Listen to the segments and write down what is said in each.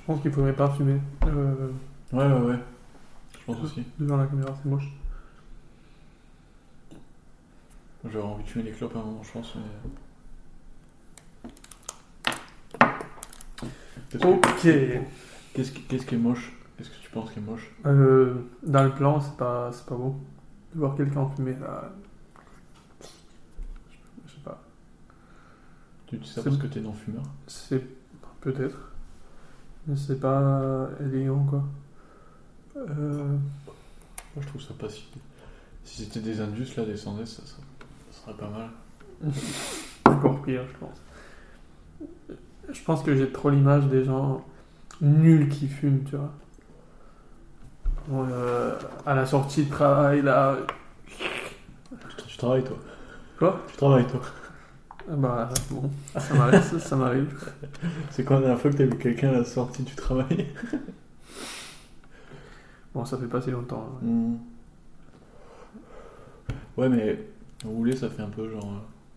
pense qu'il faudrait pas fumer Ouais. Je pense aussi. devant la caméra, c'est moche. J'aurais envie de fumer les clopes à un moment, je pense. Mais... Ok. Qu'est-ce qui est moche? Qu'est-ce que tu penses qui est moche? Dans le plan, c'est pas beau. De voir quelqu'un fumer, là... Je sais pas. Tu dis ça parce que t'es non-fumeur? C'est... Peut-être. Mais c'est pas élégant, quoi. Moi, je trouve ça pas si... Si c'était des Indus, là, des Sandes, ça serait pas mal. Encore pire, je pense. Je pense que j'ai trop l'image des gens nuls qui fument, tu vois. Bon, à la sortie de travail, là... Tu travailles, toi? Quoi? Tu travailles, toi? Bah, bon, ça m'arrive. C'est quand la dernière fois que t'as vu quelqu'un à la sortie du travail? Bon, ça fait pas si longtemps. Hein. Ouais, mais rouler, ça fait un peu genre...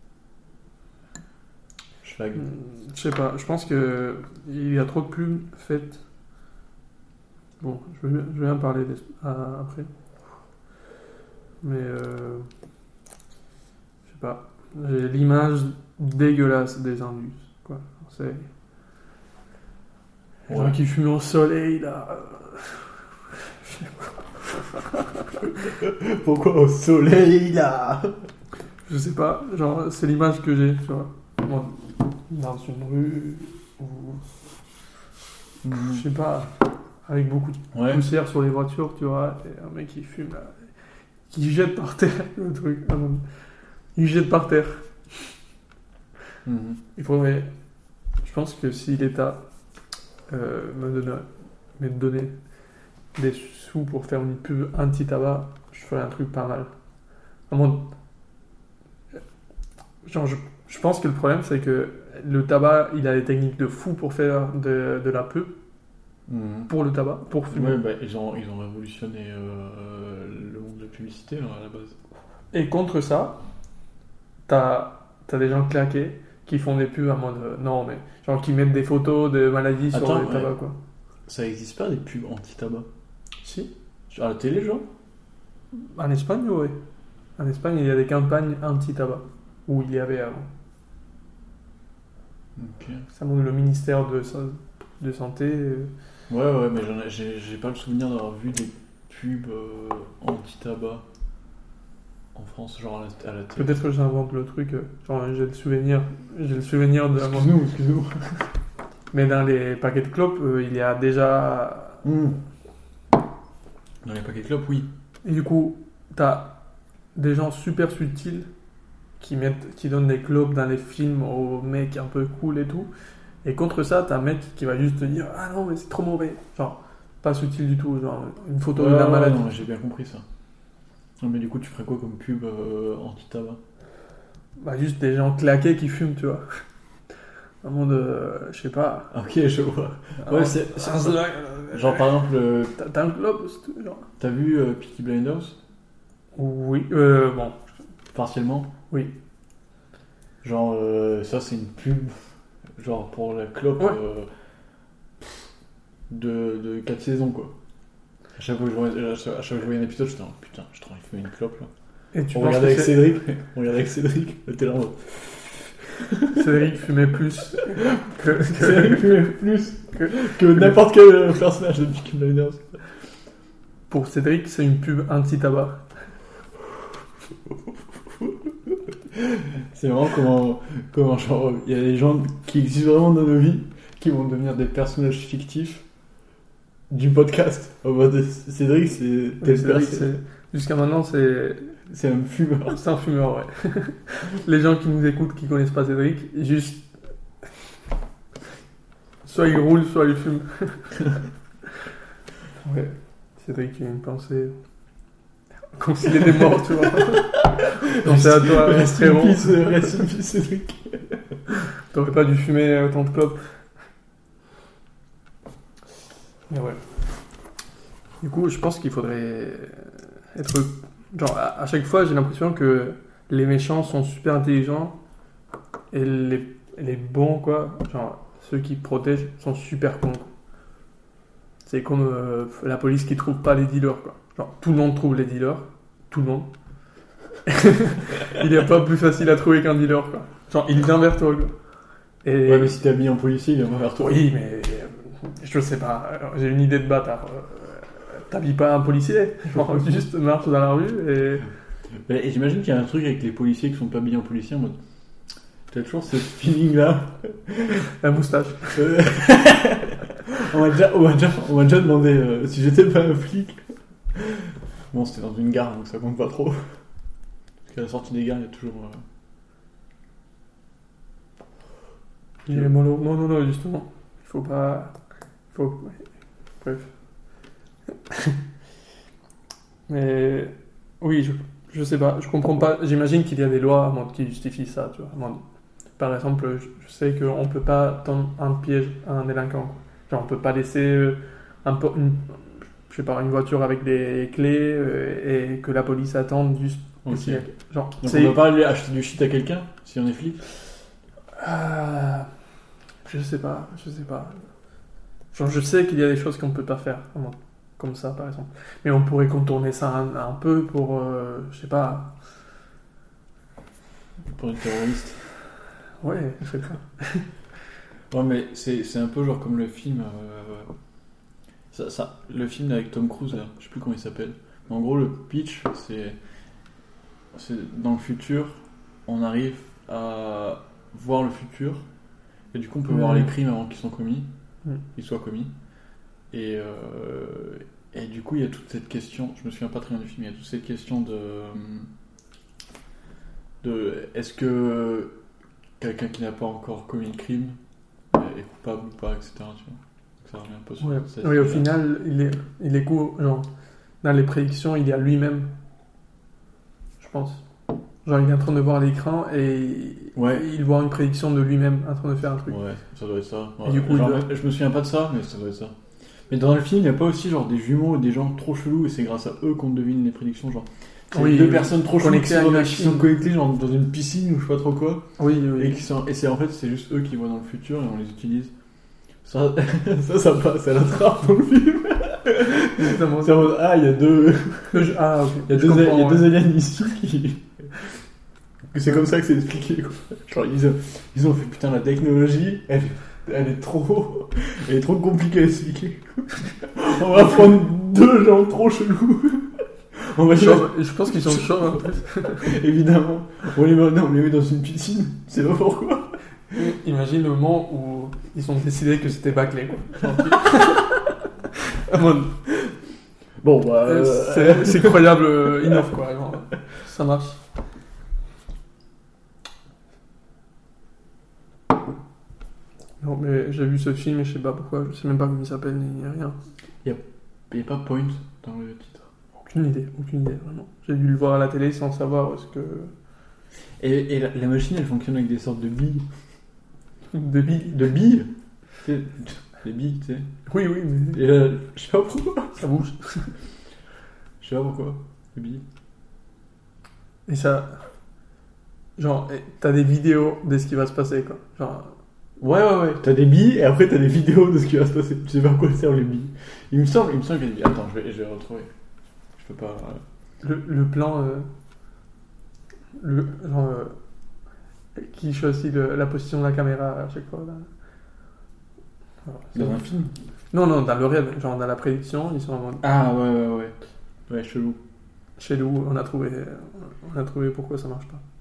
Schlag. Je sais pas, je pense que il y a trop de pubs faites. Bon, je vais en parler après. Mais je sais pas, j'ai l'image dégueulasse des Indus, quoi. C'est les gens qui fument au soleil, là. Je sais pas. Pourquoi au soleil, là? Je sais pas, genre, c'est l'image que j'ai, tu vois. Moi, dans une rue, ou... Je sais pas, avec beaucoup de poussière sur les voitures, tu vois, et un mec qui fume, là, qui jette par terre le truc. Il jette par terre. Il faudrait... Je pense que si l'État me donnait des sous pour faire une pub anti-tabac, je ferais un truc pas mal. Genre, je pense que le problème, c'est que le tabac, il a des techniques de fou pour faire de la pub. Pour le tabac, pour fumer. Ouais, bah, ils ont révolutionné le monde de la publicité hein, à la base. Et contre ça, t'as des gens claqués qui font des pubs à mode non, mais genre qui mettent des photos de maladies sur le tabac, quoi. Ça existe pas des pubs anti-tabac? Si. À la télé, genre? En Espagne, oui. En Espagne, il y a des campagnes anti-tabac. Où il y avait avant. Ok. Ça montre le ministère de Santé. Ouais, mais j'ai pas le souvenir d'avoir vu des pubs anti-tabac en France, genre à la télé. Peut-être que j'invente le truc. Genre, j'ai le souvenir de... Excuse-nous. Mais dans les paquets de clopes, il y a déjà... Dans les paquets de clopes, oui. Et du coup, t'as des gens super subtils qui donnent des clopes dans les films aux mecs un peu cool et tout. Et contre ça, t'as un mec qui va juste te dire « Ah non, mais c'est trop mauvais !» Genre, pas subtil du tout, genre une photo de la maladie. Non, j'ai bien compris ça. Non, mais du coup, tu ferais quoi comme pub anti-tabac? Bah, juste des gens claqués qui fument, tu vois. Un monde, je sais pas. Ok, je vois. Ouais, c'est genre par exemple... T'as un clope, genre. T'as vu Peaky Blinders? Oui, bon. Partiellement? Oui. Genre, ça c'est une pub, genre pour la clope de 4 saisons, quoi. À chaque fois que je voyais un épisode, j'étais putain, j'ai trop envie de fumer une clope là. Et tu on regardait avec Cédric, t'es là en mode... Cédric fumait plus que n'importe quel personnage de Peaky Blinders. Pour Cédric, c'est une pub anti-tabac. C'est vraiment comment genre il y a des gens qui existent vraiment dans nos vies qui vont devenir des personnages fictifs du podcast. En mode Cédric, jusqu'à maintenant, c'est un fumeur. C'est un fumeur, ouais. Les gens qui nous écoutent, qui connaissent pas Cédric, juste soit il roule, soit il fume. Ouais. Cédric, il a une pensée. Comme s'il était mort, tu vois. Pensez à toi, frérot. Reste in peace, Cédric. T'aurais pas dû fumer autant de clopes. Mais ouais. Du coup, je pense qu'il faudrait être... Genre, à chaque fois, j'ai l'impression que les méchants sont super intelligents et les bons, quoi, genre, ceux qui protègent, sont super cons. C'est comme la police qui trouve pas les dealers, quoi. Genre, tout le monde trouve les dealers. Tout le monde. Il n'y a pas plus facile à trouver qu'un dealer, quoi. Genre, il vient vers toi, quoi. Et... Ouais, mais si t'es habillé en policier, il vient vers toi. Oui, mais je sais pas. Alors, j'ai une idée de bâtard. T'habilles pas un policier, genre juste marche dans la rue et... Et j'imagine qu'il y a un truc avec les policiers qui sont pas habillés en policier en mode... T'as toujours ce feeling-là. La moustache. On m'a déjà demandé si j'étais pas un flic. Bon, c'était dans une gare, donc ça compte pas trop. Parce qu'à la sortie des gares, il y a toujours... Non, justement. Il faut pas... Bref. Mais... Oui, je sais pas. Je comprends pas. J'imagine qu'il y a des lois qui justifient ça, tu vois. Par exemple, je sais qu'on peut pas tendre un piège à un délinquant, quoi. Genre, on peut pas laisser une voiture avec des clés et que la police attende juste. Okay. Genre, donc on peut pas aller acheter du shit à quelqu'un si on est flic. Je sais pas. Genre, je sais qu'il y a des choses qu'on peut pas faire, comme ça, par exemple. Mais on pourrait contourner ça un peu pour, je sais pas. Pour une terroriste. Ouais, je sais pas. Ouais, mais c'est un peu genre comme le film. Le film avec Tom Cruise, là, je sais plus comment il s'appelle. Mais en gros, le pitch, c'est dans le futur, on arrive à voir le futur, et du coup, on peut voir les crimes avant qu'ils soient commis. Et du coup, il y a toute cette question, je me souviens pas très bien du film, il y a toute cette question de est-ce que quelqu'un qui n'a pas encore commis le crime est coupable ou pas, etc. Tu vois. Ça revient un peu sur cette oui, au final, il est genre, dans les prédictions, il y a lui-même, je pense. Genre, il est en train de voir l'écran et il voit une prédiction de lui-même en train de faire un truc. Ouais, ça doit être ça. Ouais. Et du coup, je me souviens pas de ça, mais ça doit être ça. Mais dans le film, il n'y a pas aussi genre des jumeaux, des gens trop chelous, et c'est grâce à eux qu'on devine les prédictions, genre. Deux personnes trop cheloues qui sont connectées genre, dans une piscine ou je sais pas trop quoi. Oui. Et c'est en fait c'est juste eux qui voient dans le futur et on les utilise. Ça passe à la trappe dans le film. C'est en mode il y a deux. Ok. Il y a deux aliens ici qui. C'est comme ça que c'est expliqué, quoi. Genre ils ont fait putain la technologie, elle est trop compliquée à expliquer. On va prendre deux gens trop chelous. Je pense qu'ils sont chauds en plus. Évidemment. On les met dans une piscine. C'est pas pourquoi. Imagine le moment où ils ont décidé que c'était bâclé, quoi. Bon, bah. C'est incroyable, innove, quoi. Genre, ça marche. Non, mais j'ai vu ce film et je sais pas pourquoi. Je sais même pas comment il s'appelle ni rien. Il y a pas Point dans le titre. Aucune idée, vraiment. J'ai dû le voir à la télé sans savoir ce que... Et la machine, elle fonctionne avec des sortes de billes. De billes Des billes, tu sais. Oui, mais... Et là, je sais pas pourquoi. Ça bouge. Je sais pas pourquoi. Des billes. Et ça... Genre, t'as des vidéos de ce qui va se passer, quoi. Genre... Ouais. T'as des billes et après t'as des vidéos de ce qui va se passer. Tu sais pas à quoi servent les billes. Il me semble qu'il y a des billes. Attends, je vais retrouver. Je peux pas... Le plan... qui choisit la position de la caméra à chaque fois, là. Dans un film? Non, dans le réel. Genre, dans la prédiction, ils sont en mode... Ah, ouais. Ouais, chelou. Chez nous, on a trouvé pourquoi ça marche pas.